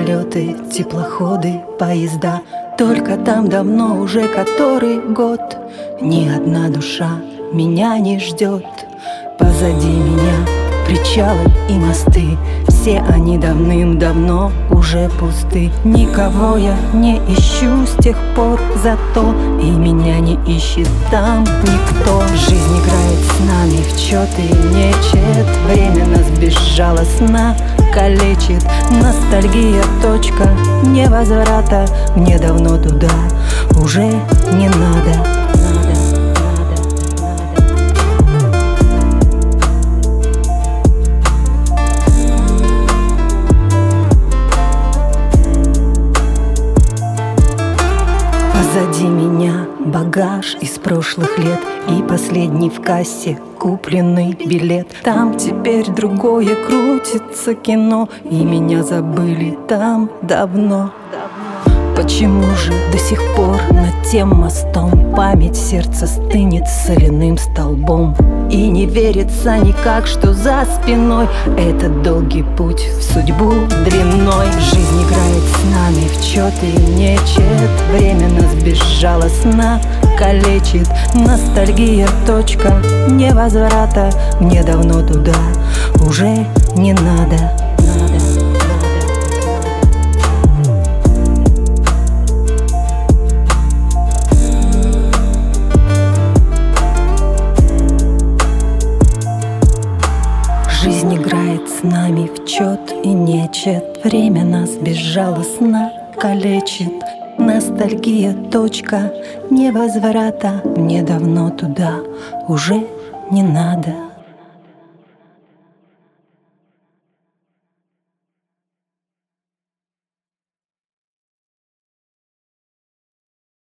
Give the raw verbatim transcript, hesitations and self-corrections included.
Самолеты, теплоходы, поезда, только там давно уже который год ни одна душа меня не ждет. Позади меня причалы и мосты, все они давным-давно уже пусты. Никого я не ищу с тех пор, зато и меня не ищет там никто. Жизнь играет с нами в чёт и нечет, время нас безжалостно калечит. Ностальгия, точка невозврата, мне давно туда уже не надо. Позади меня багаж из прошлых лет и последний в кассе купленный билет. Там теперь другое крутится кино, и меня забыли там давно. Почему же до сих пор над тем мостом память сердца стынет соляным столбом? И не верится никак, что за спиной этот долгий путь в судьбу длиной. Жизнь играет с нами в чёт и нечет, время нас безжалостно калечит. Ностальгия, точка невозврата, мне давно туда уже не надо. Жизнь играет с нами в чёт и нечет, время нас безжалостно калечит. Ностальгия, точка невозврата, мне давно туда уже не надо.